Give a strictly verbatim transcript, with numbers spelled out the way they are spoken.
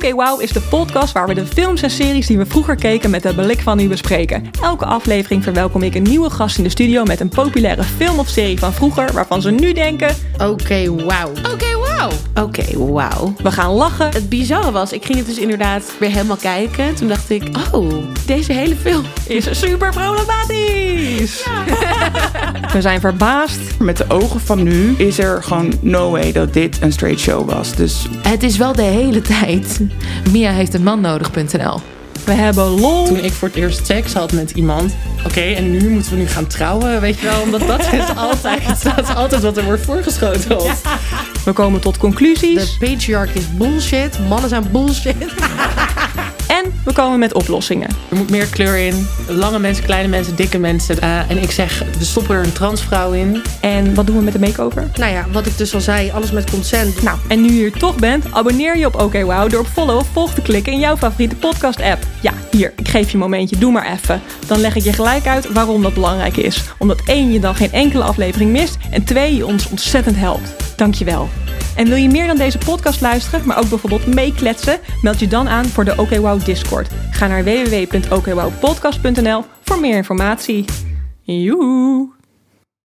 Oké Wow is de podcast waar we de films en series die we vroeger keken met de blik van nu bespreken. Elke aflevering verwelkom ik een nieuwe gast in de studio met een populaire film of serie van vroeger waarvan ze nu denken... Oké, wauw. Oké, wauw. Oké, wauw. We gaan lachen. Het bizarre was, ik ging het dus inderdaad weer helemaal kijken. Toen dacht ik, oh, deze hele film Is super problematisch. Ja. We zijn verbaasd. Met de ogen van nu is er gewoon no way dat dit een straight show was. Dus Het is wel de hele tijd. Mia heeft een man nodig punt n l. We hebben lol. Toen ik voor het eerst seks had met iemand. Oké, okay, en nu moeten we nu gaan trouwen, weet je wel. Omdat dat is altijd, dat is altijd wat er wordt voorgeschoten. Ja. We komen tot conclusies. De patriarch is bullshit. Mannen zijn bullshit. En we komen met oplossingen. Er moet meer kleur in. Lange mensen, kleine mensen, dikke mensen. Uh, en ik zeg, we stoppen er een transvrouw in. En wat doen we met de makeover? Nou ja, wat ik dus al zei, alles met consent. Nou, en nu je hier toch bent, abonneer je op Oké Wow door op follow of volg te klikken in jouw favoriete podcast app. Ja, hier, ik geef je een momentje, doe maar even. Dan leg ik je gelijk uit waarom dat belangrijk is. Omdat één, je dan geen enkele aflevering mist. En twee, je ons ontzettend helpt. Dankjewel. En wil je meer dan deze podcast luisteren, maar ook bijvoorbeeld meekletsen? Meld je dan aan voor de Oké Wow Discord. Ga naar w w w punt okwowpodcast punt n l voor meer informatie. Joehoe!